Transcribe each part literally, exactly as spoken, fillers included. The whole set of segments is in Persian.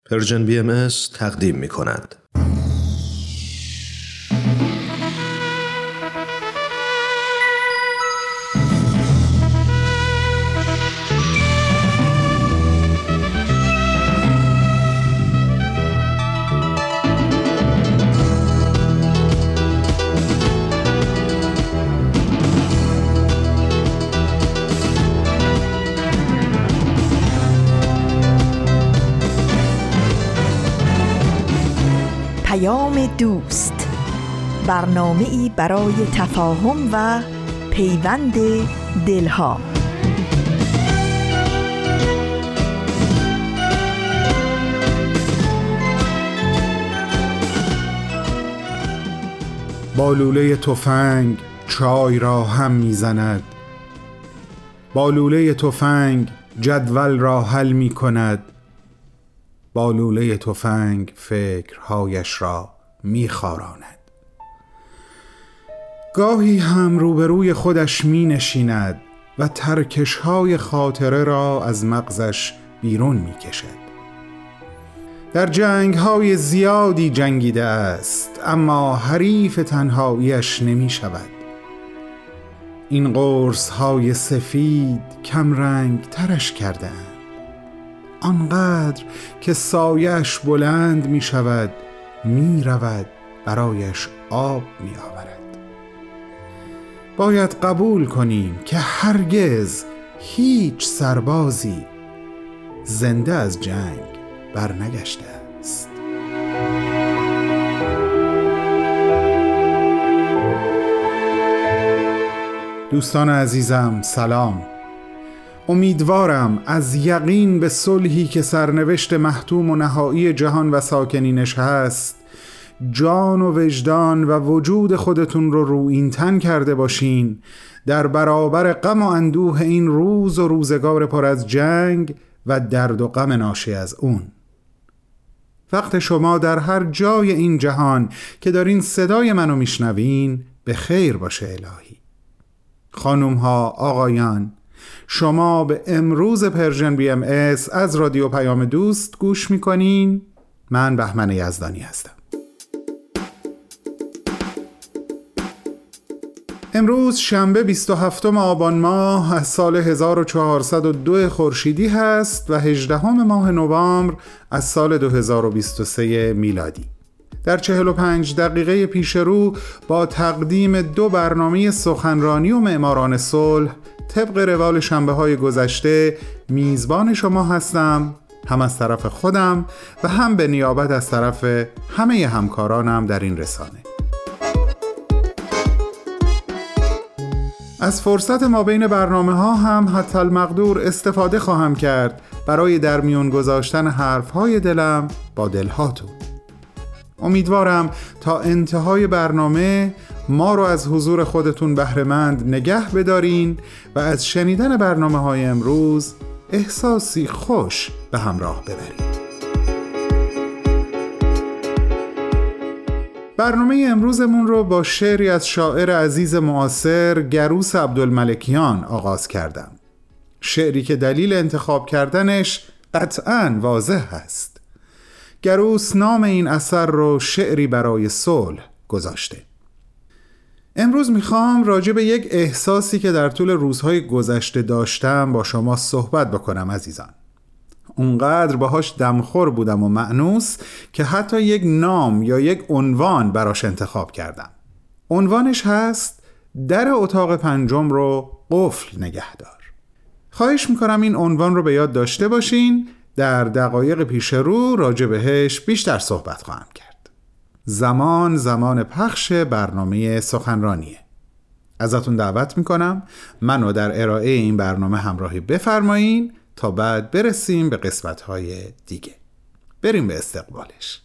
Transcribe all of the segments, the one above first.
پرژن بی ام اس تقدیم می کند. دوست، برنامه‌ای برای تفاهم و پیوند دلها. با لوله تفنگ چای را هم میزند، با لوله تفنگ جدول را حل می کند، با لوله تفنگ فکرهایش را می خاراند. گاهی هم روبروی خودش می نشیند و ترکشهای خاطره را از مغزش بیرون می کشد. در جنگهای زیادی جنگیده است، اما حریف تنهاییش نمی شود. این قرصهای سفید کم رنگ ترش کردند، آنقدر که سایش بلند می شود، می رود برایش آب می آورد. باید قبول کنیم که هرگز هیچ سربازی زنده از جنگ برنگشته است. دوستان عزیزم، سلام. امیدوارم از یقین به صلحی که سرنوشت محتوم و نهایی جهان و ساکنینش هست جان و وجدان و وجود خودتون رو رویین تن کرده باشین در برابر غم و اندوه این روز و روزگار پر از جنگ و درد و غم ناشی از اون. وقت شما در هر جای این جهان که دارین صدای منو میشنوین به خیر باشه الهی. خانم ها، آقایان، شما به امروز پرژن بی ام اس از رادیو پیام دوست گوش میکنین. من بهمن یزدانی هستم. امروز شنبه بیست و هفتم آبان ماه از سال هزار و چهارصد و دو خورشیدی هست و هجدهم ماه نوامبر از سال دو هزار و بیست و سه میلادی. در چهل و پنج دقیقه پیش رو با تقدیم دو برنامه سخنرانی و معماران صلح طبق روال شنبه های گذشته میزبان شما هستم، هم از طرف خودم و هم به نیابت از طرف همه همکارانم در این رسانه. از فرصت ما بین برنامه ها هم حتی المقدور استفاده خواهم کرد برای در میون گذاشتن حرف های دلم با دلهاتون. امیدوارم تا انتهای برنامه ما رو از حضور خودتون بهره‌مند نگه بدارین و از شنیدن برنامه های امروز احساسی خوش به همراه ببرید. برنامه امروزمون رو با شعری از شاعر عزیز معاصر گروس عبدالملکیان آغاز کردم. شعری که دلیل انتخاب کردنش قطعاً واضح هست. گروس نام این اثر رو شعری برای صلح گذاشته. امروز میخوام راجع به یک احساسی که در طول روزهای گذشته داشتم با شما صحبت بکنم عزیزان. اونقدر باهاش دمخور بودم و مأنوس که حتی یک نام یا یک عنوان براش انتخاب کردم. عنوانش هست در اتاق پنجم رو قفل نگه دار. خواهش میکنم این عنوان رو به یاد داشته باشین. در دقایق پیش رو راجع بهش بیشتر صحبت خواهم کرد. زمان زمان پخش برنامه سخنرانیه. ازتون دعوت میکنم منو در ارائه این برنامه همراهی بفرمایین تا بعد برسیم به قسمت‌های دیگه. بریم به استقبالش.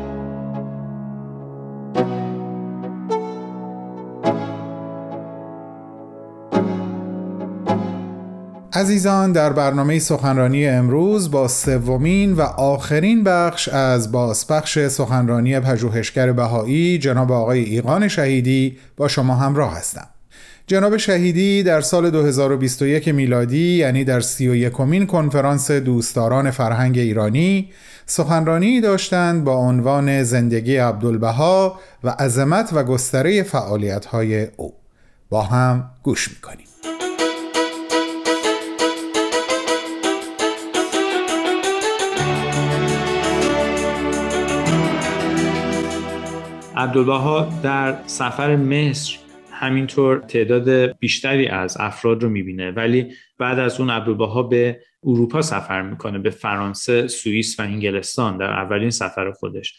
عزیزان، در برنامه سخنرانی امروز با سومین و آخرین بخش از بازپخش سخنرانی پژوهشگر بهایی جناب آقای ایقان شهیدی با شما همراه هستم. جناب شهیدی در سال دو هزار و بیست و یک میلادی، یعنی در سی و یکمین کنفرانس دوستداران فرهنگ ایرانی سخنرانی داشتند با عنوان زندگی عبدالبها و عظمت و گستره فعالیت‌های او. با هم گوش می‌کنیم. عبدالبها در سفر مصر همینطور تعداد بیشتری از افراد رو میبینه، ولی بعد از اون عبدالبها به اروپا سفر میکنه، به فرانسه، سوئیس و انگلستان در اولین سفر خودش،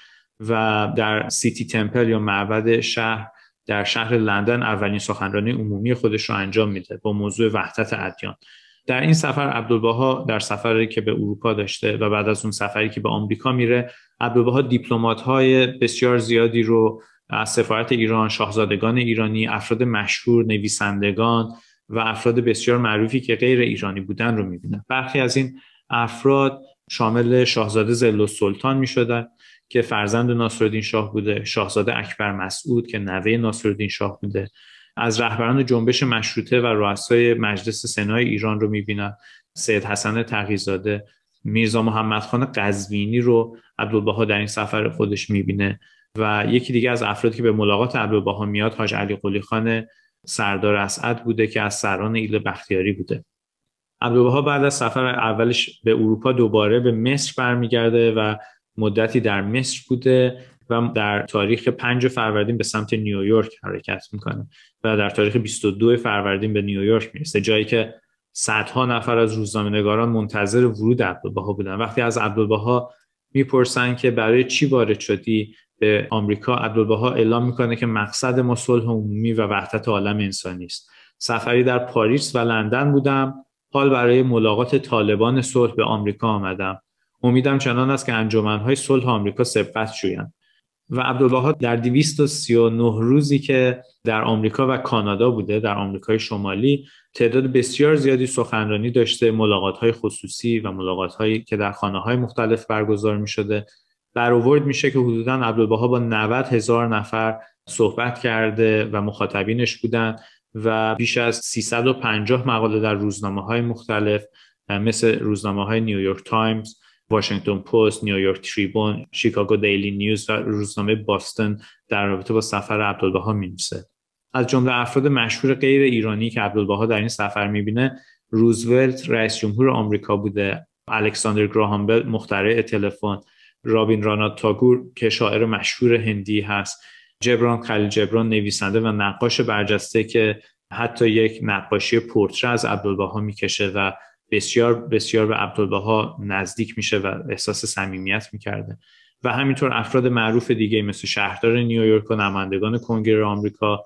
و در سیتی تمپل یا معبد شهر در شهر لندن اولین سخنرانی عمومی خودش رو انجام میده با موضوع وحدت ادیان. در این سفر عبدالبها در سفری که به اروپا داشته و بعد از اون سفری که به آمریکا میره، عبدالبها دیپلمات‌های بسیار زیادی رو از سفارت ایران، شاهزادگان ایرانی، افراد مشهور، نویسندگان و افراد بسیار معروفی که غیر ایرانی بودن رو میبینه. برخی از این افراد شامل شاهزاده ضیاءالسلطان میشدن که فرزند ناصرالدین شاه بوده، شاهزاده اکبر مسعود که نوه ناصرالدین شاه بوده. از رهبران جنبش مشروطه و رؤسای مجلس سنای ایران رو میبینن. سید حسن تقی‌زاده، میرزا محمد خان قزوینی رو عبدالبها در این سفر خودش میبینه و یکی دیگه از افرادی که به ملاقات عبدالبها میاد حاج علی قلی خان سردار اسعد بوده که از سران ایل بختیاری بوده. عبدالبها بعد از سفر اولش به اروپا دوباره به مصر برمیگرده و مدتی در مصر بوده و در تاریخ پنج فروردین به سمت نیویورک حرکت میکنه و در تاریخ بیست و دو فروردین به نیویورک میرسه، جایی که صدها نفر از روزنامه‌نگاران منتظر ورود عبدالبها بودن. وقتی از عبدالبها میپرسن که برای چی وارد شدی به آمریکا، عبدالبها اعلام میکنه که مقصد ما صلح عمومی و وحدت عالم انسانی است. سفری در پاریس و لندن بودم، حال برای ملاقات طالبان صلح به آمریکا آمدم. امیدم چنان است که انجمن‌های صلح آمریکا سبقت جویند. و عبدالبها در دویست و سی و نه روزی که در آمریکا و کانادا بوده، در آمریکای شمالی، تعداد بسیار زیادی سخنرانی داشته، ملاقات‌های خصوصی و ملاقات‌هایی که در خانه‌های مختلف برگزار می‌شده. برآورد میشه که حدوداً عبدالبها با نود هزار نفر صحبت کرده و مخاطبینش بودن و بیش از سیصد و پنجاه مقاله در روزنامه‌های مختلف مثل روزنامه‌های نیویورک تایمز، واشنگتن پست، نیویورک تریبون، شیکاگو دیلی نیوز و روزنامه باستون در رابطه با سفر عبدالبها می‌نویسه. از جمله افراد مشهور غیر ایرانی که عبدالبها در این سفر می‌بینه، روزولت رئیس جمهور آمریکا بوده، الکساندر گراهام بل مخترع تلفن، رابیندرانات تاگور که شاعر مشهور هندی هست، جبران خلیل جبران نویسنده و نقاش برجسته که حتی یک نقاشی پورتره از عبدالبها می‌کشه و بسیار بسیار به عبدالبها نزدیک میشه و احساس صمیمیت میکرده. و همینطور افراد معروف دیگه مثل شهردار نیویورک و نمایندگان کنگره آمریکا،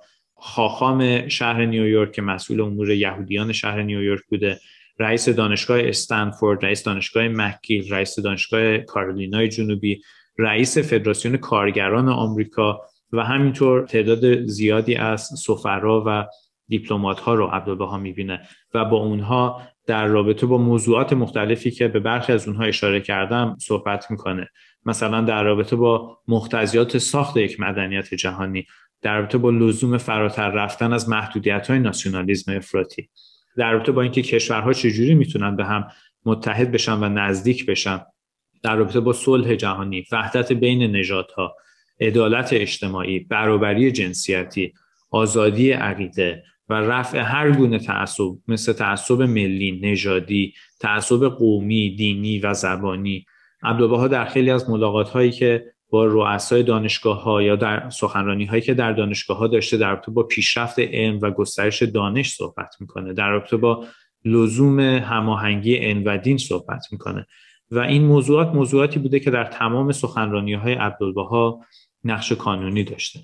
خاخام شهر نیویورک که مسئول امور یهودیان شهر نیویورک بوده، رئیس دانشگاه استنفورد، رئیس دانشگاه مکگیل، رئیس دانشگاه کارولینای جنوبی، رئیس فدراسیون کارگران آمریکا و همینطور تعداد زیادی از سفرا و دیپلمات ها رو عبدالبها میبینه و با اونها در رابطه با موضوعات مختلفی که به برخی از اونها اشاره کردم صحبت میکنه. مثلا در رابطه با مقتضیات ساخت یک مدنیت جهانی، در رابطه با لزوم فراتر رفتن از محدودیت‌های ناسیونالیسم افراطی، در رابطه با اینکه کشورها چجوری میتونن به هم متحد بشن و نزدیک بشن، در رابطه با صلح جهانی، وحدت بین نژادها، عدالت اجتماعی، برابری جنسیتی، آزادی عقیده و رفع هر گونه تعصب مثل تعصب ملی، نژادی، تعصب قومی، دینی و زبانی. عبدالبها در خیلی از ملاقات‌هایی که با رؤسای دانشگاه‌ها یا در سخنرانی‌هایی که در دانشگاه‌ها داشته در رابطه با پیشرفت علم و گسترش دانش صحبت می‌کنه، در رابطه با لزوم هماهنگی علم و دین صحبت می‌کنه و این موضوعات موضوعاتی بوده که در تمام سخنرانی‌های عبدالبها نقش کانونی داشته.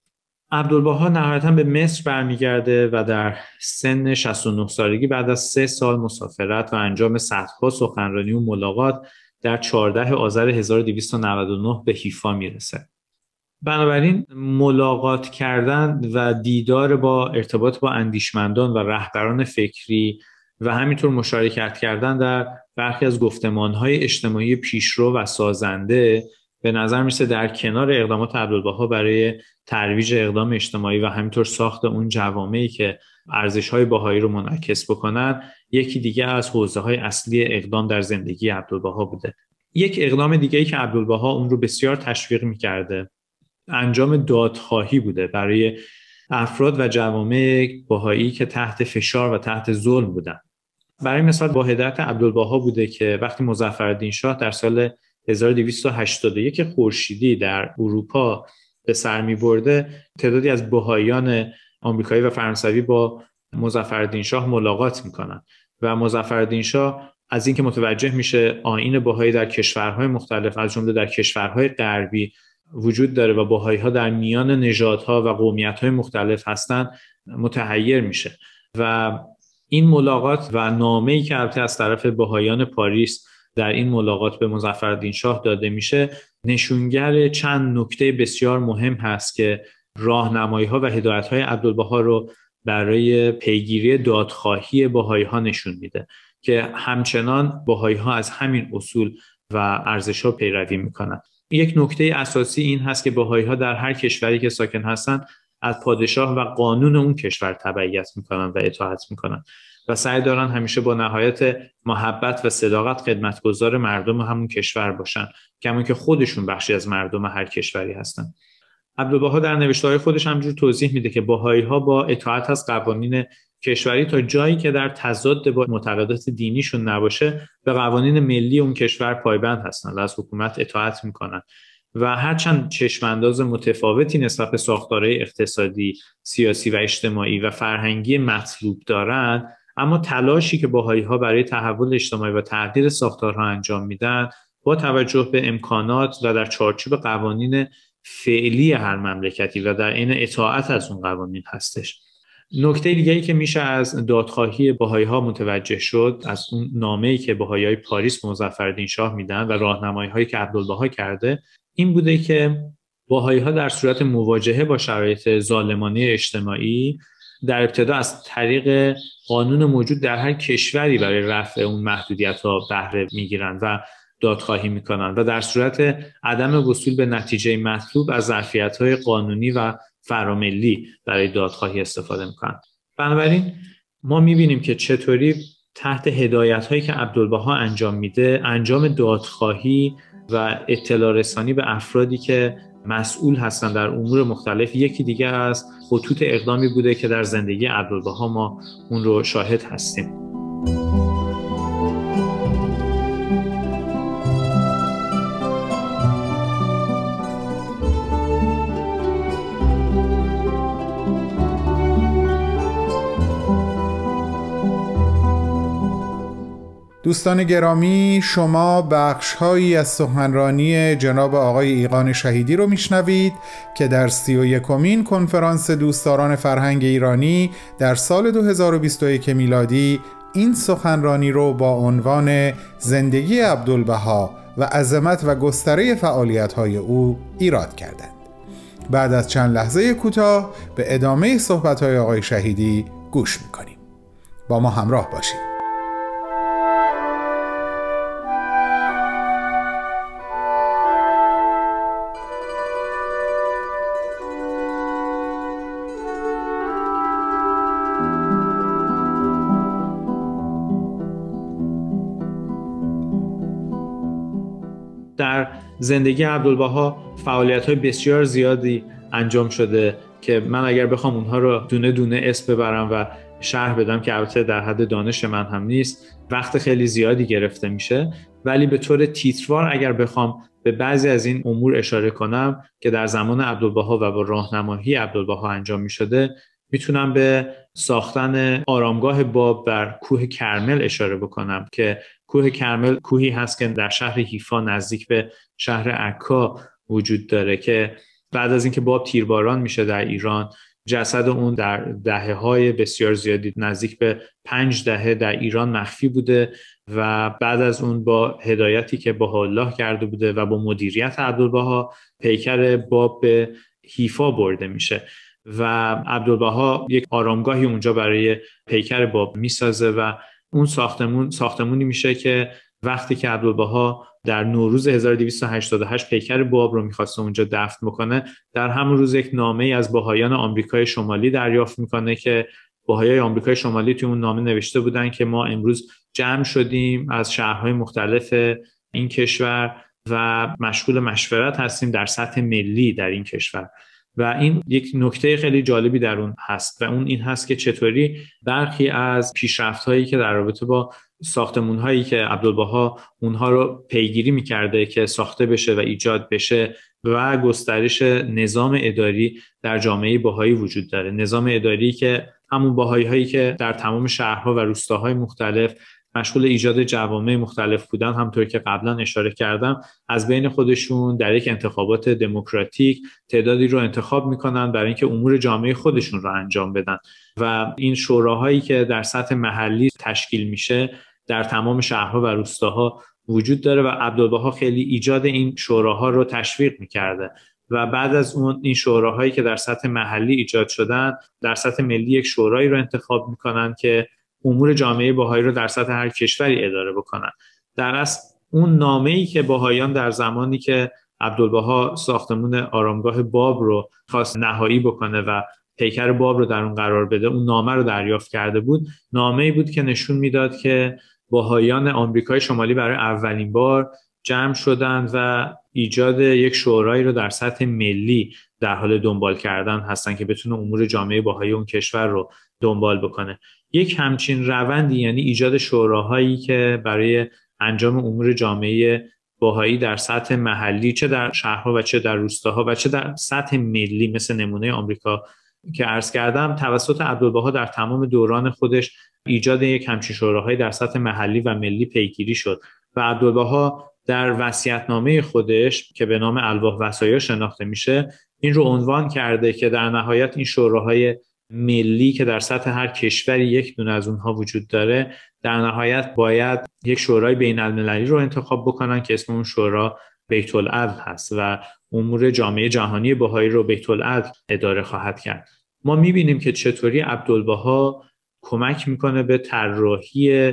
عبدالبها نهایتاً به مصر برمیگرده و در سن شصت و نه سالگی بعد از سه سال مسافرت و انجام صدها سخنرانی و ملاقات در چهاردهم آذر هزار و دویست و نود و نه به حیفا میرسه. بنابراین ملاقات کردن و دیدار با ارتباط با اندیشمندان و رهبران فکری و همینطور مشارکت کردن در برخی از گفتمان‌های اجتماعی پیشرو و سازنده به نظر میسه در کنار اقدامات عبدالبها برای ترویج اقدام اجتماعی و همینطور ساخت اون جوامعی که ارزش‌های بهایی رو منعکس بکنن، یکی دیگه از حوزه‌های اصلی اقدام در زندگی عبدالبها بوده. یک اقدام دیگه‌ای که عبدالبها اون رو بسیار تشویق می‌کرده انجام دادخواهی بوده برای افراد و جوامع بهایی که تحت فشار و تحت ظلم بودن. برای مثال با هدایت عبدالبها بوده که وقتی مظفرالدین شاه در سال هزار و دویست و هشتاد و یک خورشیدی در اروپا به سر می‌برده، تعدادی از بهاییان آمریکایی و فرانسوی با مظفرالدین شاه ملاقات می‌کنند و مظفرالدین شاه از اینکه متوجه میشه آیین بهایی در کشورهای مختلف از جمله در کشورهای غربی وجود داره و بهایی‌ها در میان نژادها و قومیت‌های مختلف هستند، متحیر میشه و این ملاقات و نامه‌ای که البته از طرف بهاییان پاریس در این ملاقات به مظفرالدین شاه داده میشه نشونگر چند نکته بسیار مهم هست که راهنمایی‌ها و هدایت‌های عبدالبها رو برای پیگیری دادخواهی بهایی‌ها نشون میده که همچنان بهایی‌ها از همین اصول و ارزش‌ها پیروی میکنن. یک نکته اساسی این هست که بهایی‌ها در هر کشوری که ساکن هستن از پادشاه و قانون اون کشور تبعیت میکنن و اطاعت میکنن و سعی دارن همیشه با نهایت محبت و صداقت خدمتگزار مردم همون کشور باشن، کما که خودشون بخشی از مردم هر کشوری هستن. عبدالبها در نوشته‌های خودش همینجور توضیح میده که بهایی‌ها با اطاعت از قوانین کشوری تا جایی که در تضاد با معتقدات دینیشون نباشه به قوانین ملی اون کشور پایبند هستن و از حکومت اطاعت میکنن و هرچند چشمانداز متفاوتی نسبت به ساختارهای اقتصادی، سیاسی و اجتماعی و فرهنگی مطلوب دارند، اما تلاشی که بهایی‌ها برای تحول اجتماعی و تغییر ساختارها انجام میدن با توجه به امکانات و در چارچوب قوانین فعلی هر مملکتی و در عین اطاعت از اون قوانین هستش. نکته دیگه‌ای که میشه از دادخواهی بهایی‌ها متوجه شد از اون نامه‌ای که بهایی‌های پاریس به مظفرالدین شاه میدن و راهنمایی‌هایی که عبدالبها کرده این بوده که بهایی‌ها در صورت مواجهه با شرایط ظالمانه اجتماعی در ابتدا از طریق قانون موجود در هر کشوری برای رفع اون محدودیت‌ها بهره میگیرن و دادخواهی میکنن و در صورت عدم وصول به نتیجه مطلوب از ظرفیت‌های قانونی و فراملی برای دادخواهی استفاده میکنن. بنابراین ما میبینیم که چطوری تحت هدایت‌هایی که عبدالبها انجام میده انجام دادخواهی و اطلاع رسانی به افرادی که مسئول هستن در امور مختلف یکی دیگه از خطوط اقدامی بوده که در زندگی عبدالبها ما اون رو شاهد هستیم. دوستان گرامی، شما بخش‌هایی از سخنرانی جناب آقای ایقان شهیدی رو میشنوید که در سی و یکمین کنفرانس دوستداران فرهنگ ایرانی در سال دو هزار و بیست و یک میلادی این سخنرانی رو با عنوان زندگی عبدالبها و عظمت و گستره فعالیت‌های او ایراد کردند. بعد از چند لحظه کوتاه به ادامه صحبت‌های آقای شهیدی گوش می‌کنیم. با ما همراه باشید. در زندگی عبدالبها فعالیت‌های بسیار زیادی انجام شده که من اگر بخوام اونها رو دونه دونه اسم ببرم و شرح بدم که البته در حد دانش من هم نیست، وقت خیلی زیادی گرفته میشه، ولی به طور تیتروار اگر بخوام به بعضی از این امور اشاره کنم که در زمان عبدالبها و با راهنمایی عبدالبها انجام میشده، میتونم به ساختن آرامگاه باب بر کوه کرمل اشاره بکنم که کوه کرمل کوهی هست که در شهر حیفا نزدیک به شهر عکا وجود داره که بعد از اینکه باب تیرباران میشه در ایران، جسد اون در دهه‌های بسیار زیادی نزدیک به پنج دهه در ایران مخفی بوده و بعد از اون با هدایتی که بهاءالله کرده بوده و با مدیریت عبدالبها پیکر باب به حیفا برده میشه و عبدالبها یک آرامگاهی اونجا برای پیکر باب میسازه و اون ساختمون ساختمونی میشه که وقتی که عبدالبها در نوروز هزار و دویست و هشتاد و هشت پیکر باب رو میخواسته اونجا دفن بکنه، در همون روز یک نامه‌ای از بهاییان آمریکای شمالی دریافت میکنه که بهاییان آمریکای شمالی توی اون نامه نوشته بودن که ما امروز جمع شدیم از شهرهای مختلف این کشور و مشغول مشورت هستیم در سطح ملی در این کشور. و این یک نکته خیلی جالبی در اون هست و اون این هست که چطوری برخی از پیشرفت‌هایی که در رابطه با ساختمان‌هایی که عبدالبها اونها رو پیگیری می‌کرده که ساخته بشه و ایجاد بشه و گسترش نظام اداری در جامعه بهایی وجود داره. نظام اداری که همون بهایی‌هایی که در تمام شهرها و روستاهای مختلف مشغول ایجاد جوامع مختلف بودن، همونطور که قبلا اشاره کردم، از بین خودشون در یک انتخابات دموکراتیک تعدادی رو انتخاب میکنن برای اینکه امور جامعه خودشون رو انجام بدن و این شوراهایی که در سطح محلی تشکیل میشه در تمام شهرها و روستاها وجود داره و عبدالبها خیلی ایجاد این شوراها رو تشویق میکرده و بعد از اون این شوراهایی که در سطح محلی ایجاد شدن در سطح ملی یک شورایی رو انتخاب میکنن که امور جامعه بهایی رو در سطح هر کشوری اداره بکنن. در اصل اون نامه‌ای که بهاییان در زمانی که عبدالبها ساختمون آرامگاه باب رو خواست نهایی بکنه و پیکر باب رو در اون قرار بده، اون نامه رو دریافت کرده بود. نامه‌ای بود که نشون میداد که بهاییان آمریکای شمالی برای اولین بار جمع شدند و ایجاد یک شورایی رو در سطح ملی در حال دنبال کردن هستن که بتونه امور جامعه بهایی اون کشور رو دنبال بکنه. یک همچین روندی، یعنی ایجاد شوراهایی که برای انجام امور جامعه بهایی در سطح محلی، چه در شهرها و چه در روستاها و چه در سطح ملی مثل نمونه آمریکا که عرض کردم، توسط عبدالبها در تمام دوران خودش ایجاد یک همچین شوراهایی در سطح محلی و ملی پیگیری شد و عبدالبها در وصیت‌نامه خودش که به نام الواح وصایا شناخته میشه این رو عنوان کرده که در نهایت این شوراهای ملی که در سطح هر کشوری یک دونه از اونها وجود داره در نهایت باید یک شورای بین المللی رو انتخاب بکنن که اسم اون شورا بیت العدل هست و امور جامعه جهانی بهایی رو بیت العدل اداره خواهد کرد. ما میبینیم که چطوری عبدالبها کمک میکنه به طراحی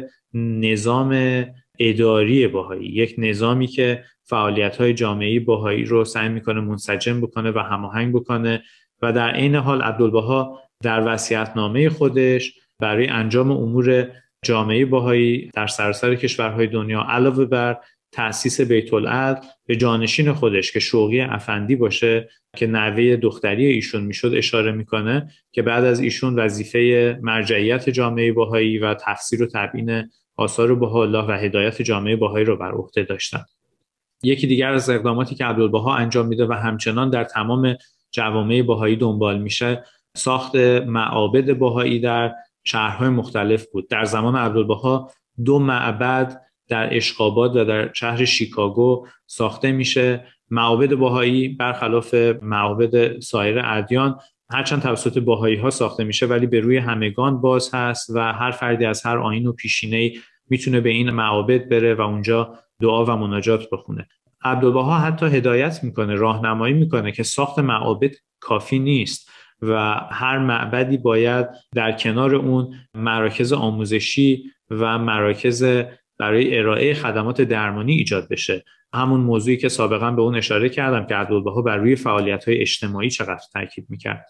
نظام اداری بهایی، یک نظامی که فعالیت‌های جامعه بهایی رو سعی میکنه منسجم بکنه و هماهنگ بکنه و در عین حال عبدالبها در وصیت‌نامه خودش برای انجام امور جامعه بهایی در سراسر کشورهای دنیا علاوه بر تأسیس بیت العدل به جانشین خودش که شوقی افندی باشه که نوه دختری ایشون میشد اشاره میکنه که بعد از ایشون وظیفه مرجعیت جامعه بهایی و تفسیر و تبیین آثار بهاءالله و هدایت جامعه بهایی رو بر عهده داشتن. یکی دیگر از اقداماتی که عبدالبها انجام میده و همچنان در تمام جوامع بهایی دنبال میشه ساخت معابد بهایی در شهرهای مختلف بود. در زمان عبدالبها دو معبد در اشقاباد و در شهر شیکاگو ساخته میشه. معابد بهایی برخلاف معابد سایر ادیان هرچند توسط بهایی ها ساخته میشه ولی به روی همگان باز هست و هر فردی از هر آیین و پیشینه‌ای میتونه به این معابد بره و اونجا دعا و مناجات بخونه. عبدالبها حتی هدایت میکنه، راهنمایی میکنه که ساخت معابد کافی نیست و هر معبدی باید در کنار اون مراکز آموزشی و مراکز برای ارائه خدمات درمانی ایجاد بشه. همون موضوعی که سابقا به اون اشاره کردم که عبدالبها بر روی فعالیت‌های اجتماعی چقدر تاکید میکرد.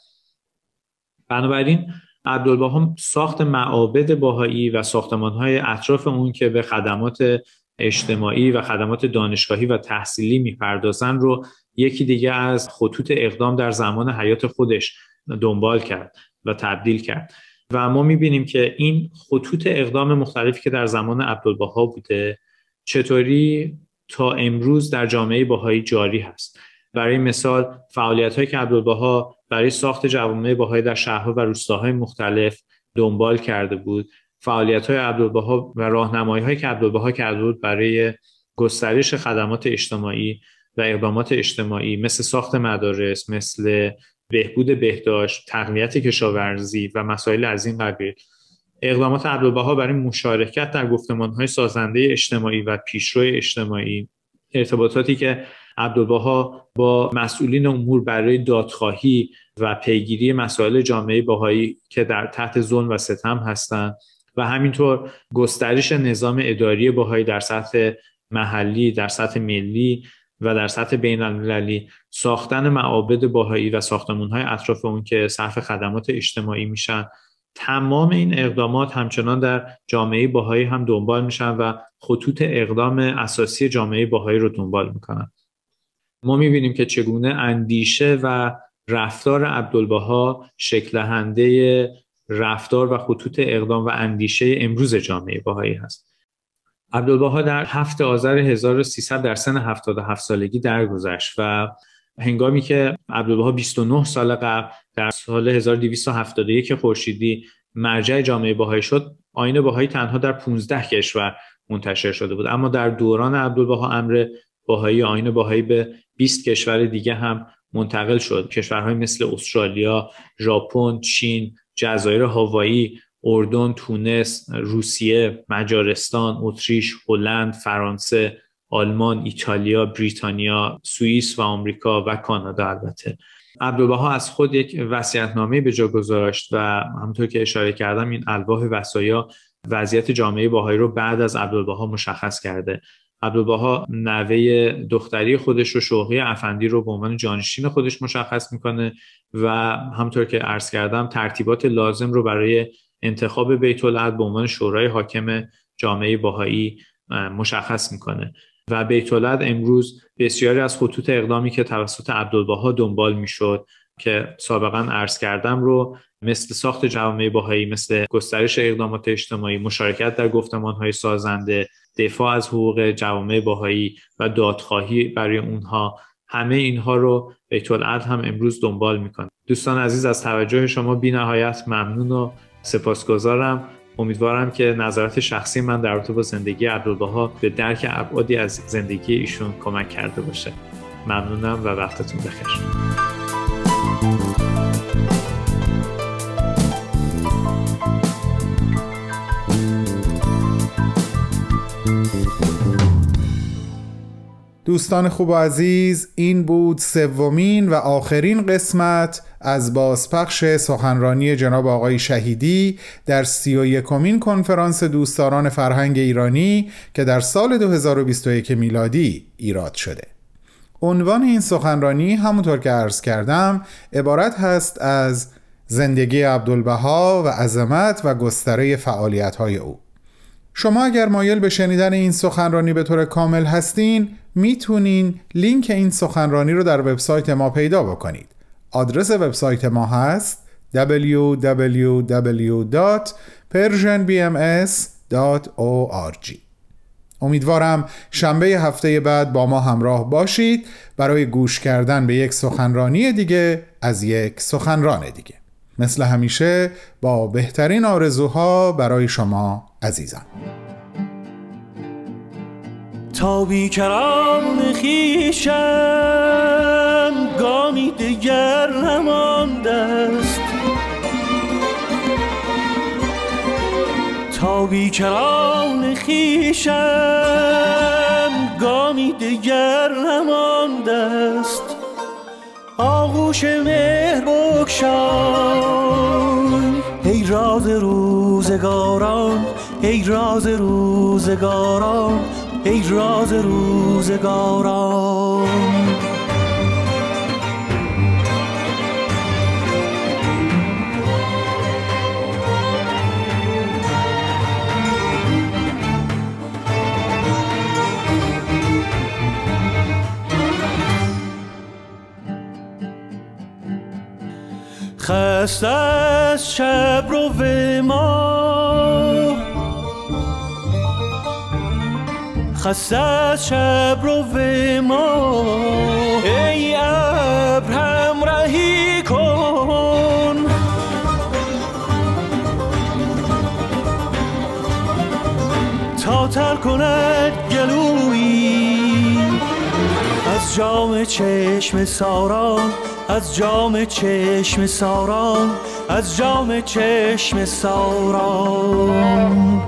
بنابراین عبدالبها ساخت معابد بهایی و ساختمان‌های اطراف اون که به خدمات اجتماعی و خدمات دانشگاهی و تحصیلی میپردازن رو یکی دیگه از خطوط اقدام در زمان حیات خودش دنبال کرد و تبدیل کرد و ما میبینیم که این خطوط اقدام مختلفی که در زمان عبدالبها بوده چطوری تا امروز در جامعه بهایی جاری هست. برای مثال فعالیت‌هایی که عبدالبها برای ساخت جوامع بهایی در شهرها و روستاهای مختلف دنبال کرده بود، فعالیت‌های عبدالبها و راهنمایی‌هایی که عبدالبها کرده بود برای گسترش خدمات اجتماعی و اقدامات اجتماعی مثل ساخت مدارس، مثل بهبود بهداشت، تقویت کشاورزی و مسائل از این قبیل. اقدامات عبدالبها برای مشارکت در گفتمان‌های سازنده اجتماعی و پیشرو اجتماعی، ارتباطاتی که عبدالبها با مسئولین امور برای دادخواهی و پیگیری مسائل جامعه بهایی که در تحت ظلم و ستم هستند و همینطور گسترش نظام اداری بهایی در سطح محلی، در سطح ملی و در سطح بین المللی، ساختن معابد بهایی و ساختمان‌های اطراف اون که صرف خدمات اجتماعی میشن تمام این اقدامات همچنان در جامعه بهایی هم دنبال میشن و خطوط اقدام اساسی جامعه بهایی رو دنبال میکنن. ما میبینیم که چگونه اندیشه و رفتار عبدالبها شکل دهنده رفتار و خطوط اقدام و اندیشه امروز جامعه بهایی هست. عبدالبها در هفتم آذر هزار و سیصد در سن هفتاد و هفت سالگی درگذشت و هنگامی که عبدالبها بیست و نه سال قبل در سال هزار و دویست و هفتاد و یک خورشیدی مرجع جامعه بهایی شد، آیین بهایی تنها در پانزده کشور منتشر شده بود، اما در دوران عبدالبها امر بهایی آیین بهایی به بیست کشور دیگه هم منتقل شد. کشورهای مثل استرالیا، ژاپن، چین، جزایر هاوایی، اردن، تونس، روسیه، مجارستان، اتریش، هلند، فرانسه، آلمان، ایتالیا، بریتانیا، سوئیس و آمریکا و کانادا. البته عبدالبها از خود یک وصیت‌نامه به جا گذاشت و همونطور که اشاره کردم این الواح وصایا وضعیت جامعه بهایی رو بعد از عبدالبها مشخص کرده. عبدالبها نوه دختری خودش رو، شوقی افندی رو به عنوان جانشین خودش مشخص میکنه و همونطور که عرض کردم ترتیبات لازم رو برای انتخاب بیت العدل به عنوان شورای حاکم جامعه بهایی مشخص میکنه و بیت العدل امروز بسیاری از خطوط اقدامی که توسط عبدالبها دنبال میشد که سابقا عرض کردم رو، مثل ساخت جامعه بهایی، مثل گسترش اقدامات اجتماعی، مشارکت در گفتمان‌های سازنده، دفاع از حقوق جوامع بهایی و دادخواهی برای اونها، همه اینها رو بیت العدل هم امروز دنبال میکنه. دوستان عزیز، از توجه شما بی نهایت ممنون و سپاسگزارم. امیدوارم که نظرات شخصی من در رابطه با زندگی عبدالبها به درک ابعادی از زندگی ایشون کمک کرده باشه. ممنونم و وقتتون بخیر. دوستان خوب و عزیز، این بود سومین و آخرین قسمت از بازپخش سخنرانی جناب آقای شهیدی در سی و یکمین کنفرانس دوستداران فرهنگ ایرانی که در سال دو هزار و بیست و یک میلادی ایراد شده. عنوان این سخنرانی همونطور که عرض کردم عبارت هست از زندگی عبدالبها و عظمت و گستره فعالیت‌های او. شما اگر مایل به شنیدن این سخنرانی به طور کامل هستین، میتونین لینک این سخنرانی رو در وبسایت ما پیدا بکنید. آدرس وبسایت ما هست دبلیو دبلیو دبلیو دات پرژن بی ام اس دات او آر جی. امیدوارم شنبه هفته بعد با ما همراه باشید برای گوش کردن به یک سخنرانی دیگه از یک سخنران دیگه. مثل همیشه با بهترین آرزوها برای شما عزیزان. تا بیکران خویشم گامی دیگر نمانده است، تا بیکران خویشم گامی دیگر نمانده است. آغوش مهر بگشای ای راز روزگاران، ای راز روزگاران، ای راز روزگاران. خسته از شب رو به ما، خسته از شب رو به ما، ای ابر همراهی کن. تا تر کند گلویی از جام چشم ساران، از جام چشم ساران، از جام چشم ساران.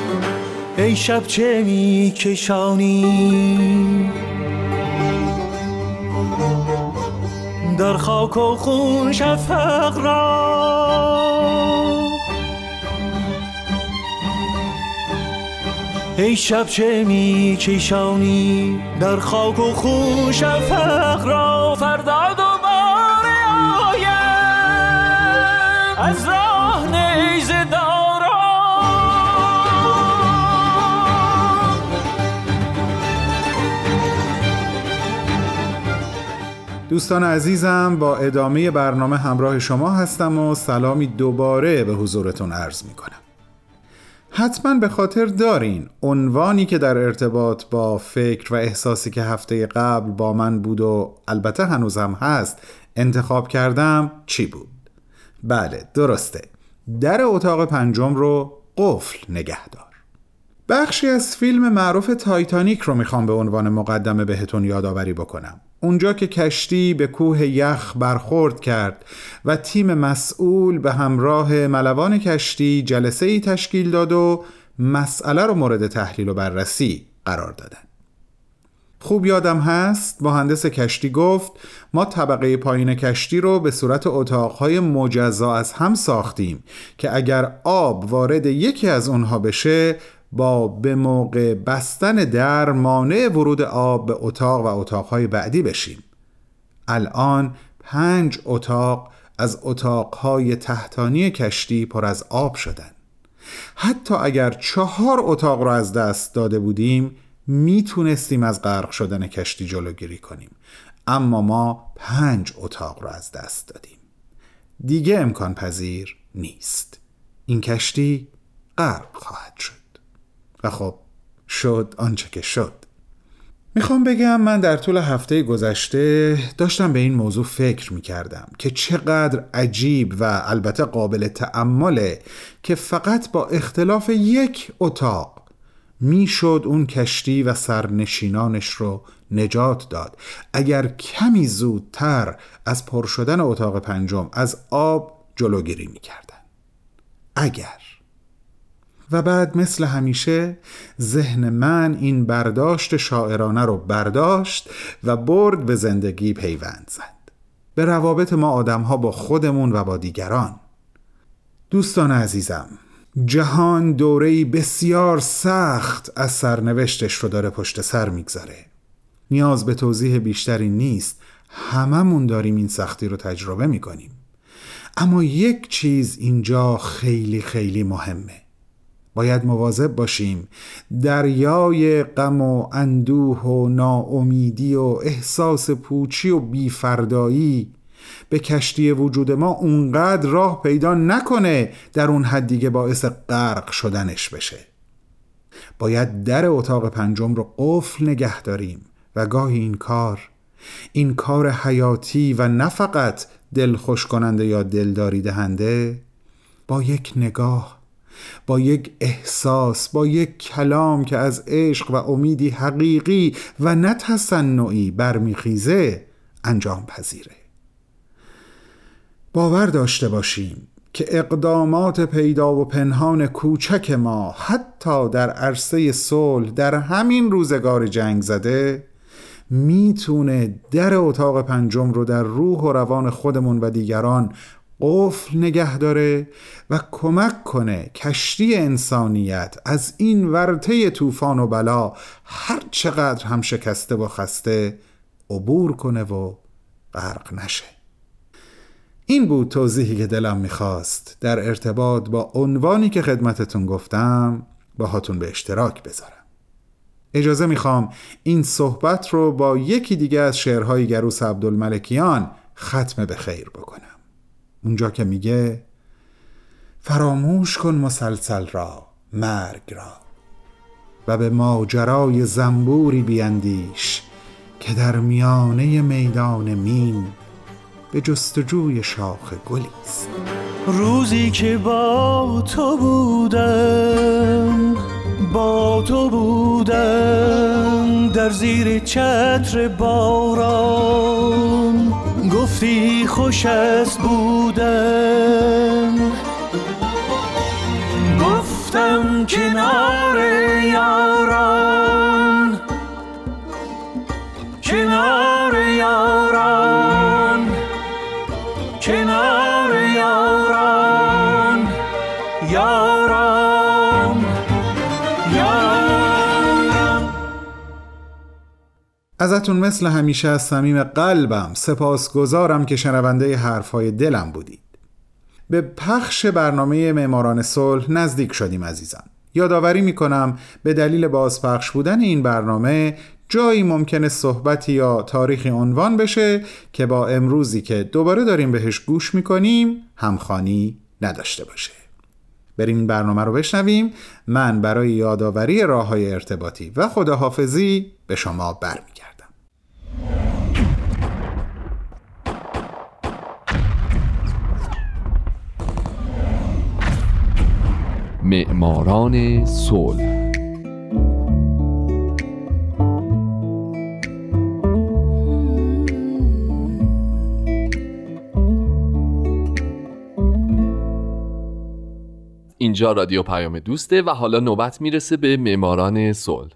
ای شب چه می کشانی در خاک و خون شفق را. ای شب چه می چشانی در خاک و خون شفق را، فردا دوباره آیم از راه نیزه دارم. دوستان عزیزم، با ادامه برنامه همراه شما هستم و سلامی دوباره به حضورتون عرض می کنم. حتما به خاطر دارین عنوانی که در ارتباط با فکر و احساسی که هفته قبل با من بود و البته هنوزم هست انتخاب کردم چی بود؟ بله درسته، در اتاق پنجم رو قفل نگه دار. بخشی از فیلم معروف تایتانیک رو میخوام به عنوان مقدمه بهتون یادآوری بکنم. اونجا که کشتی به کوه یخ برخورد کرد و تیم مسئول به همراه ملوان کشتی جلسه ای تشکیل داد و مسئله رو مورد تحلیل و بررسی قرار دادن. خوب یادم هست مهندس کشتی گفت ما طبقه پایین کشتی رو به صورت اتاقهای مجزا از هم ساختیم که اگر آب وارد یکی از اونها بشه با به موقع بستن در مانع ورود آب به اتاق و اتاقهای بعدی بشیم. الان پنج اتاق از اتاقهای تحتانی کشتی پر از آب شدن. حتی اگر چهار اتاق رو از دست داده بودیم میتونستیم از غرق شدن کشتی جلوگیری کنیم، اما ما پنج اتاق رو از دست دادیم. دیگه امکان پذیر نیست، این کشتی غرق خواهد شد. و خب شد آنچه که شد. میخوام بگم من در طول هفته گذشته داشتم به این موضوع فکر میکردم که چقدر عجیب و البته قابل تأمله که فقط با اختلاف یک اتاق میشد اون کشتی و سرنشینانش رو نجات داد اگر کمی زودتر از پر شدن اتاق پنجم از آب جلوگیری میکردن. اگر و بعد مثل همیشه ذهن من این برداشت شاعرانه رو برداشت و برد به زندگی پیوند زد، به روابط ما آدم‌ها با خودمون و با دیگران. دوستان عزیزم، جهان دوره‌ای بسیار سخت از سرنوشتش رو داره پشت سر میگذاره. نیاز به توضیح بیشتری نیست، هممون داریم این سختی رو تجربه میکنیم. اما یک چیز اینجا خیلی خیلی مهمه. باید مواظب باشیم دریای غم و اندوه و ناامیدی و احساس پوچی و بیفردایی به کشتی وجود ما اونقدر راه پیدا نکنه در اون حد دیگه باعث غرق شدنش بشه. باید در اتاق پنجم رو قفل نگه داریم و گاهی این کار این کار حیاتی و نه فقط دل خوش کننده یا دلداری دهنده با یک نگاه، با یک احساس، با یک کلام که از عشق و امیدی حقیقی و نه تصنعی برمیخیزه انجام پذیره. باور داشته باشیم که اقدامات پیدا و پنهان کوچک ما حتی در عرصه صلح در همین روزگار جنگ زده میتونه در اتاق پنجم رو در روح و روان خودمون و دیگران قفل نگه داره و کمک کنه کشتی انسانیت از این ورطه طوفان و بلا هر چقدر هم شکسته و خسته عبور کنه و غرق نشه. این بود توضیحی که دلم میخواست در ارتباط با عنوانی که خدمتتون گفتم با هاتون به اشتراک بذارم. اجازه میخوام این صحبت رو با یکی دیگه از شعرهای گروس عبدالملکیان ختم به خیر بکنم. اونجا که میگه فراموش کن مسلسل را مرگ را و به ماجرای زنبوری بیندیش که در میانه میدان مین به جستجوی شاخ گلیست. روزی که با تو بودم با تو بودم در زیر چتر باران گفتی خوش است بودم، گفتم کنار یاران کنار یاران ازتون مثل همیشه از صمیم قلبم سپاسگزارم که شنونده حرفهای دلم بودید. به پخش برنامه معماران صلح نزدیک شدیم عزیزان. یادآوری میکنم به دلیل بازپخش بودن این برنامه جایی ممکنه صحبتی یا تاریخی عنوان بشه که با امروزی که دوباره داریم بهش گوش میکنیم همخوانی نداشته باشه. بریم این برنامه رو بشنویم. من برای یادآوری راه‌های ارتباطی و خداحافظی به شما برمیگردم. معماران صلح. اینجا رادیو پیام دوسته و حالا نوبت میرسه به معماران صلح.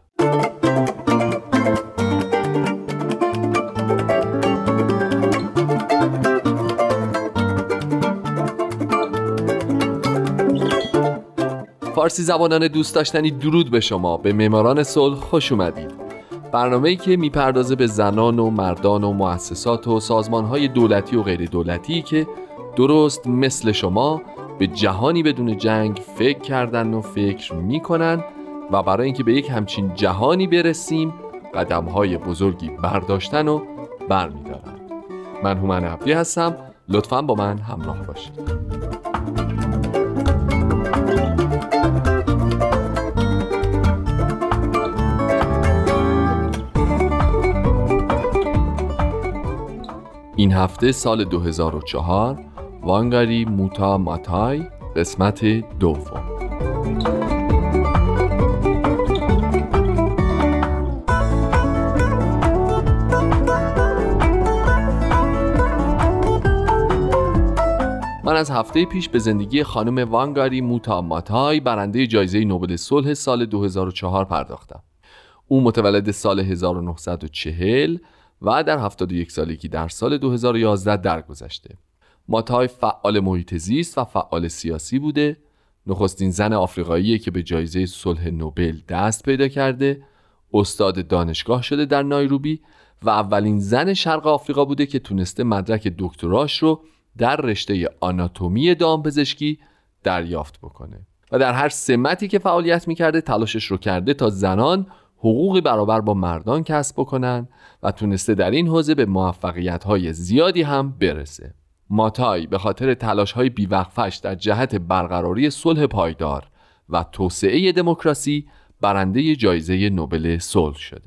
فارسی زبانان دوست داشتنی، درود به شما. به معماران صلح خوش اومدید. برنامه‌ای که میپردازه به زنان و مردان و مؤسسات و سازمان‌های دولتی و غیر دولتی که درست مثل شما به جهانی بدون جنگ فکر کردن و فکر میکنن و برای اینکه به یک همچین جهانی برسیم قدم‌های بزرگی برداشتن و برمی‌دارن. من هومن عبدی هستم. لطفاً با من همراه باشید. این هفته سال دو هزار و چهار، وانگاری موتا ماتای، قسمت دوم. من از هفته پیش به زندگی خانم وانگاری موتا ماتای، برنده جایزه نوبل صلح سال دو هزار و چهار پرداختم. او متولد سال هزار و نهصد و چهل و در هفتاد و یک سالگی در سال دو هزار و یازده درگذشته. ماتای فعال محیط زیست و فعال سیاسی بوده. نخستین زن آفریقاییه که به جایزه صلح نوبل دست پیدا کرده. استاد دانشگاه شده در نایروبی و اولین زن شرق آفریقا بوده که تونسته مدرک دکتراش رو در رشته آناتومی دامپزشکی دریافت بکنه و در هر سمتی که فعالیت میکرده تلاشش رو کرده تا زنان حقوقی برابر با مردان کسب بکنن و تونسته در این حوزه به موفقیت‌های زیادی هم برسه. ماتای به خاطر تلاش‌های بیوقفش در جهت برقراری صلح پایدار و توسعه دموکراسی برنده جایزه نوبل صلح شده.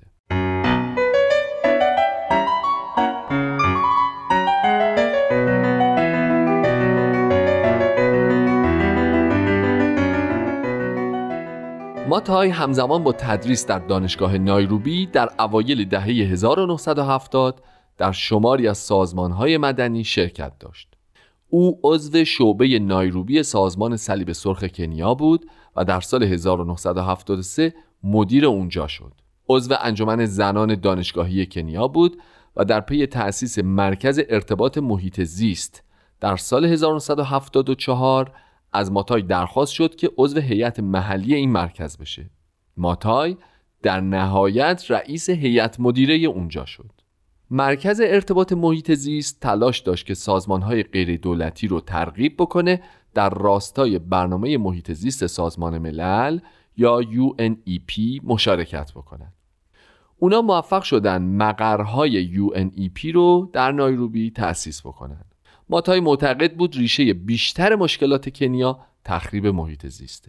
ماتای همزمان با تدریس در دانشگاه نایروبی در اوایل دهه هزار و نهصد و هفتاد در شماری از سازمان‌های مدنی شرکت داشت. او عضو شعبه نایروبی سازمان صلیب سرخ کنیا بود و در سال هزار و نهصد و هفتاد و سه مدیر اونجا شد. عضو انجمن زنان دانشگاهی کنیا بود و در پی تأسیس مرکز ارتباط محیط زیست در سال هزار و نهصد و هفتاد و چهار از ماتای درخواست شد که عضو هیئت محلی این مرکز بشه. ماتای در نهایت رئیس هیئت مدیره اونجا شد. مرکز ارتباط محیط زیست تلاش داشت که سازمان‌های غیر دولتی رو ترغیب بکنه در راستای برنامه محیط زیست سازمان ملل یا یو ان ای پی مشارکت بکنن. اونا موفق شدن مقرهای یو ان ای پی رو در نایروبی تأسیس بکنن. ماتای معتقد بود ریشه بیشتر مشکلات کنیا تخریب محیط زیسته.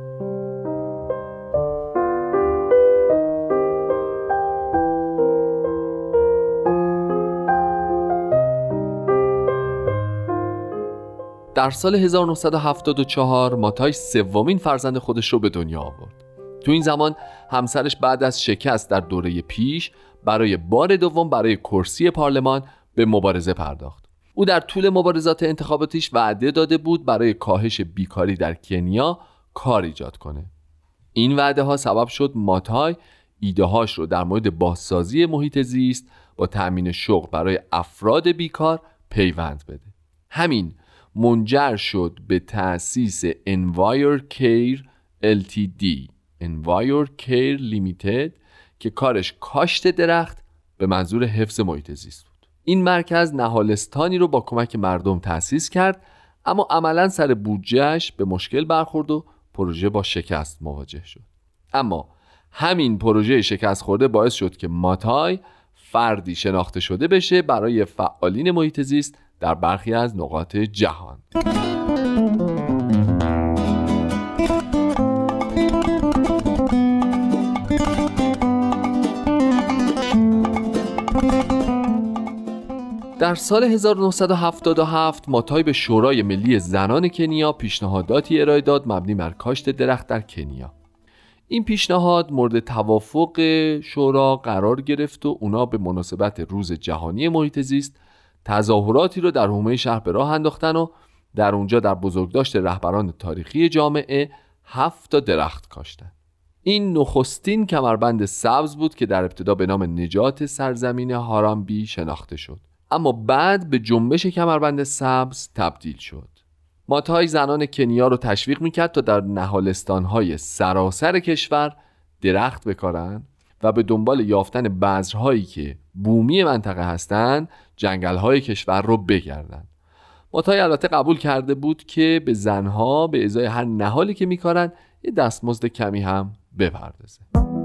در سال هزار و نهصد و هفتاد و چهار ماتای سومین فرزند خودش رو به دنیا آورد. تو این زمان همسرش بعد از شکست در دوره پیش برای بار دوم برای کرسی پارلمان به مبارزه پرداخت. او در طول مبارزات انتخاباتیش وعده داده بود برای کاهش بیکاری در کنیا کار ایجاد کنه. این وعده ها سبب شد ماتای ایده هاش رو در مورد بازسازی محیط زیست با تأمین شغل برای افراد بیکار پیوند بده. همین منجر شد به تأسیس EnviroCare ال تی دی Envirocare Limited که کارش کاشت درخت به منظور حفظ محیط زیست بود. این مرکز نهالستانی رو با کمک مردم تأسیس کرد، اما عملاً سر بودجهش به مشکل برخورد و پروژه با شکست مواجه شد. اما همین پروژه شکست خورده باعث شد که ماتای فردی شناخته شده بشه برای فعالین محیط زیست در برخی از نقاط جهان. در سال هزار و نهصد و هفتاد و هفت ماتای به شورای ملی زنان کنیا پیشنهاداتی ارائه داد مبنی بر کاشت درخت در کنیا. این پیشنهاد مورد توافق شورا قرار گرفت و اونا به مناسبت روز جهانی محیط زیست تظاهراتی رو در حومه شهر به راه انداختن و در اونجا در بزرگداشت رهبران تاریخی جامعه هفت تا درخت کاشتن. این نخستین کمربند سبز بود که در ابتدا به نام نجات سرزمین هارامبی شناخته شد، اما بعد به جنبش کمربند سبز تبدیل شد. ماتای زنان کنیا رو تشویق میکرد تا در نهالستانهای سراسر کشور درخت بکارن و به دنبال یافتن بذرهایی که بومی منطقه هستند جنگل‌های کشور رو بگردن. ماتای البته قبول کرده بود که به زنها به ازای هر نهالی که میکارن یه دستمزد کمی هم بپردازه.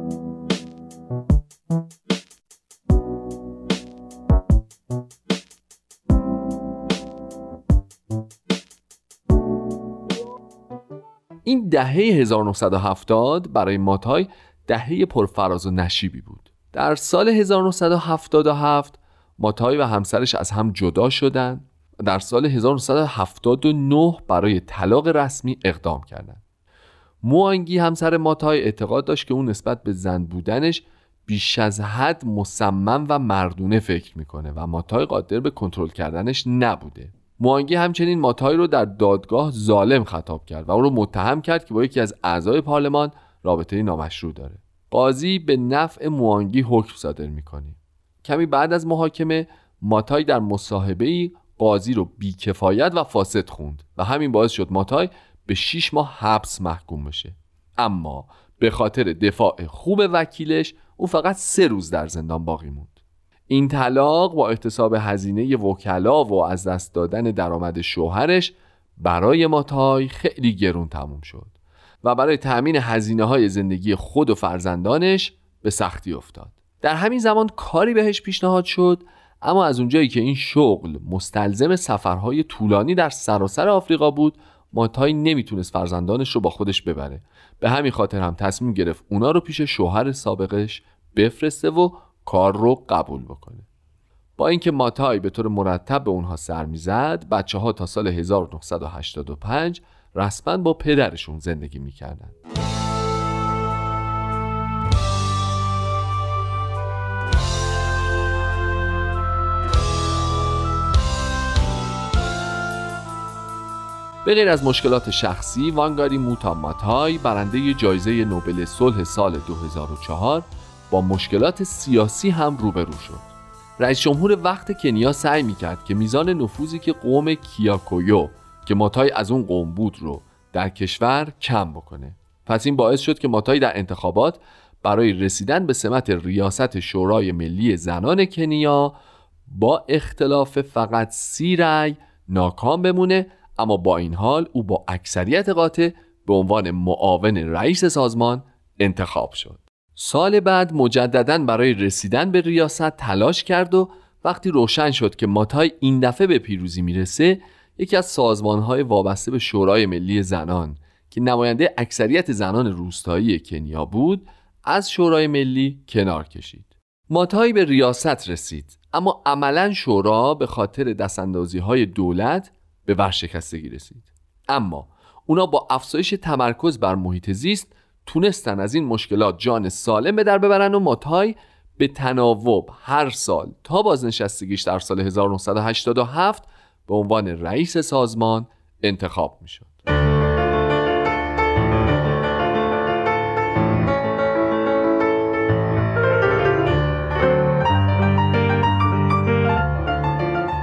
این دهه هزار و نهصد و هفتاد برای ماتای دهه پرفراز و نشیبی بود. در سال هزار و نهصد و هفتاد و هفت ماتای و همسرش از هم جدا شدند. در سال هزار و نهصد و هفتاد و نه برای طلاق رسمی اقدام کردند. موانگی همسر ماتای اعتقاد داشت که اون نسبت به زن بودنش بیش از حد مصمم و مردونه فکر میکنه و ماتای قادر به کنترل کردنش نبوده. موانگی همچنین ماتای رو در دادگاه ظالم خطاب کرد و اون رو متهم کرد که با یکی از اعضای پارلمان رابطه نامشروع داره. قاضی به نفع موانگی حکم صادر میکنه. کمی بعد از محاکمه ماتای در مصاحبه‌ای قاضی رو بیکفایت و فاسد خوند و همین باعث شد ماتای به شش ماه حبس محکوم بشه. اما به خاطر دفاع خوب وکیلش او فقط سه روز در زندان باقی موند. این طلاق با احتساب هزینه وکلا و از دست دادن درآمد شوهرش برای ماتای خیلی گرون تموم شد و برای تأمین هزینه های زندگی خود و فرزندانش به سختی افتاد. در همین زمان کاری بهش پیشنهاد شد، اما از اونجایی که این شغل مستلزم سفرهای طولانی در سراسر آفریقا بود، ماتای نمیتونست فرزندانش رو با خودش ببره. به همین خاطر هم تصمیم گرفت اونا رو پیش شوهر سابقش بفرسته و کار رو قبول بکنه. با اینکه ماتای به طور مرتب به اونها سر میزد، بچه ها تا سال هزار و نهصد و هشتاد و پنج رسما با پدرشون زندگی میکردن. به غیر از مشکلات شخصی، وانگاری موتا ماتای برنده جایزه نوبل صلح سال دو هزار و چهار با مشکلات سیاسی هم روبرو شد. رئیس جمهور وقت کنیا سعی میکرد که میزان نفوذی که قوم کیاکویو که ماتای از اون قوم بود رو در کشور کم بکنه. پس این باعث شد که ماتای در انتخابات برای رسیدن به سمت ریاست شورای ملی زنان کنیا با اختلاف فقط سی رأی ناکام بمونه، اما با این حال او با اکثریت قاطع به عنوان معاون رئیس سازمان انتخاب شد. سال بعد مجدداً برای رسیدن به ریاست تلاش کرد و وقتی روشن شد که ماتای این دفعه به پیروزی میرسه، یکی از سازمان‌های وابسته به شورای ملی زنان که نماینده اکثریت زنان روستایی کنیا بود، از شورای ملی کنار کشید. ماتای به ریاست رسید، اما عملاً شورا به خاطر دستاندازی‌های دولت به ورشکستگی رسید. اما اونا با افزایش تمرکز بر محیط زیست تونستن از این مشکلات جان سالم به در ببرن و ماتای به تناوب هر سال تا بازنشستگیش در سال هزار و نهصد و هشتاد و هفت به عنوان رئیس سازمان انتخاب می شد.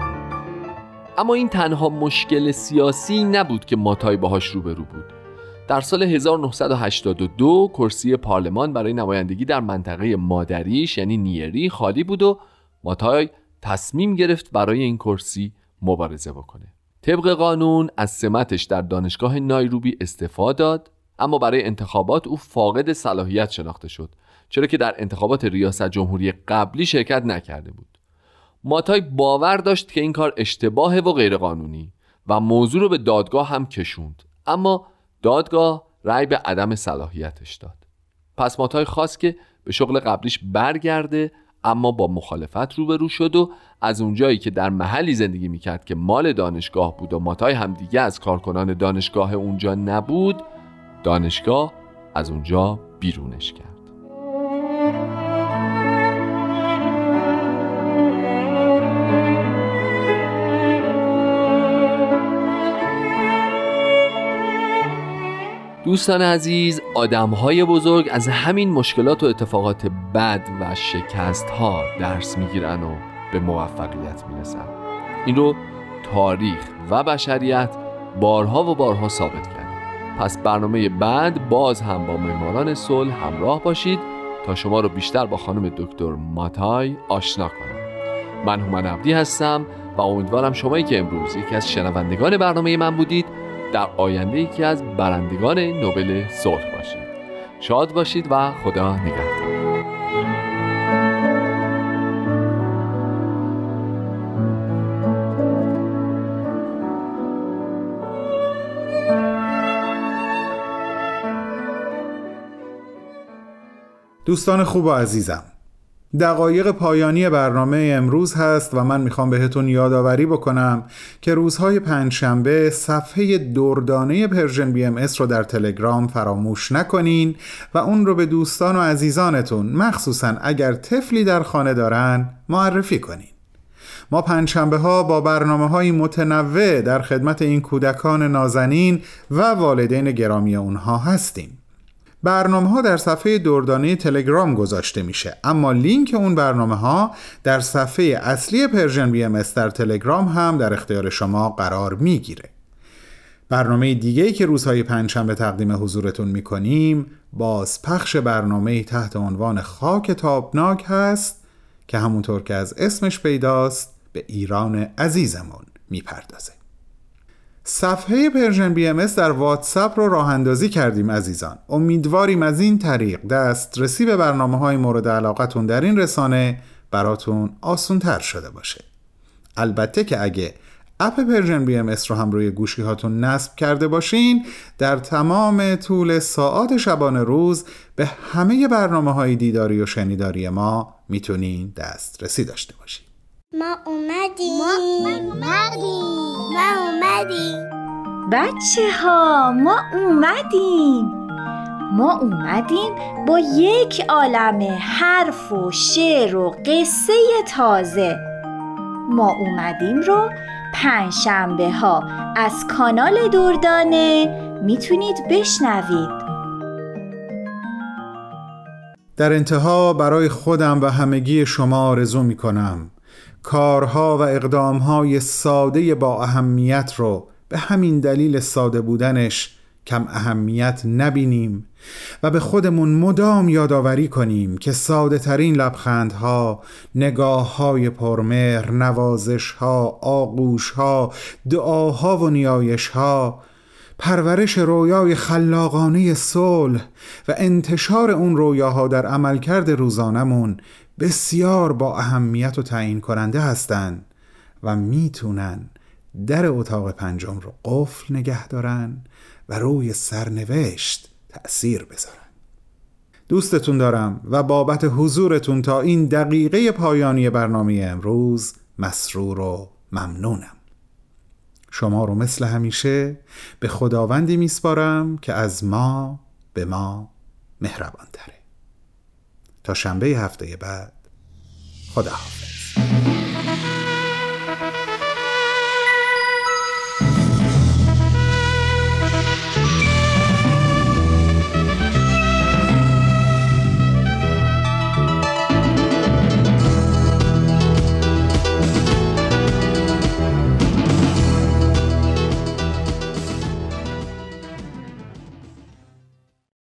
اما این تنها مشکل سیاسی نبود که ماتای باهاش روبرو بود. در سال هزار و نهصد و هشتاد و دو کرسی پارلمان برای نمایندگی در منطقه مادریش یعنی نیری خالی بود و ماتای تصمیم گرفت برای این کرسی مبارزه بکنه. طبق قانون از سمتش در دانشگاه نایروبی استعفا داد، اما برای انتخابات او فاقد صلاحیت شناخته شد، چرا که در انتخابات ریاست جمهوری قبلی شرکت نکرده بود. ماتای باور داشت که این کار اشتباهه و غیرقانونی و موضوع رو به دادگاه هم کشوند، اما دادگاه رأی به عدم صلاحیتش داد. پس ماتای خواست که به شغل قبلیش برگرده، اما با مخالفت روبرو شد و از اونجایی که در محلی زندگی میکرد که مال دانشگاه بود و ماتای هم دیگه از کارکنان دانشگاه اونجا نبود، دانشگاه از اونجا بیرونش کرد. دوستان عزیز، آدم‌های بزرگ از همین مشکلات و اتفاقات بد و شکست‌ها درس می‌گیرن و به موفقیت می‌رسن. این رو تاریخ و بشریت بارها و بارها ثابت کرد. پس برنامه بعد باز هم با معماران صلح همراه باشید تا شما رو بیشتر با خانم دکتر ماتای آشنا کنم. من هومن عبدی هستم و امیدوارم شمایی که امروز یکی از شنوندگان برنامه من بودید در آینده یکی از برندگان نوبل صلح باشید. شاد باشید و خدا نگهدار. دوستان خوب و عزیزم، دقایق پایانی برنامه امروز هست و من میخوام بهتون یادآوری بکنم که روزهای پنجشنبه صفحه دردانه پرژن بی ام اس رو در تلگرام فراموش نکنین و اون رو به دوستان و عزیزانتون، مخصوصا اگر طفلی در خانه دارن، معرفی کنین. ما پنجشنبه ها با برنامه های متنوع در خدمت این کودکان نازنین و والدین گرامی اونها هستیم. برنامه ها در صفحه دردانه تلگرام گذاشته میشه، اما لینک اون برنامه ها در صفحه اصلی پرژن بی ام اس در تلگرام هم در اختیار شما قرار میگیره. برنامه دیگه‌ای که روزهای پنجشنبه تقدیم حضورتون میکنیم باز پخش برنامه تحت عنوان خاک تابناک هست که همونطور که از اسمش پیداست به ایران عزیزمون میپردازه. صفحه پرژن بی ام اس در واتساپ رو راه اندازی کردیم عزیزان. امیدواریم از این طریق دسترسی به برنامه‌های مورد علاقتون در این رسانه براتون آسان‌تر شده باشه. البته که اگه اپ پرژن بی ام اس رو هم روی گوشی هاتون نصب کرده باشین، در تمام طول ساعات شبانه روز به همه برنامه‌های دیداری و شنیداری ما میتونین دسترسی داشته باشین. ما اومدیم ما اومدیم ما اومدیم بچه ها، ما اومدیم ما اومدیم با یک عالمه حرف و شعر و قصه تازه. ما اومدیم رو پنجشنبه ها از کانال دردانه میتونید بشنوید. در انتها برای خودم و همگی شما آرزو میکنم کارها و اقدامهای ساده با اهمیت رو به همین دلیل ساده بودنش کم اهمیت نبینیم و به خودمون مدام یادآوری کنیم که ساده ترین لبخندها، نگاههای پرمهر، نوازشها، آغوشها، دعاها و نیایشها، پرورش رویای خلاقانه صلح و انتشار اون رویاها در عملکرد روزانمون بسیار با اهمیت و تعیین کننده هستن و میتونن در اتاق پنجم رو قفل نگه دارن و روی سرنوشت تأثیر بذارن. دوستتون دارم و بابت حضورتون تا این دقیقه پایانی برنامه امروز مسرور و ممنونم. شما رو مثل همیشه به خداوندی میسپارم که از ما به ما مهربان تره. تا شنبه هفته بعد، خداحافظ.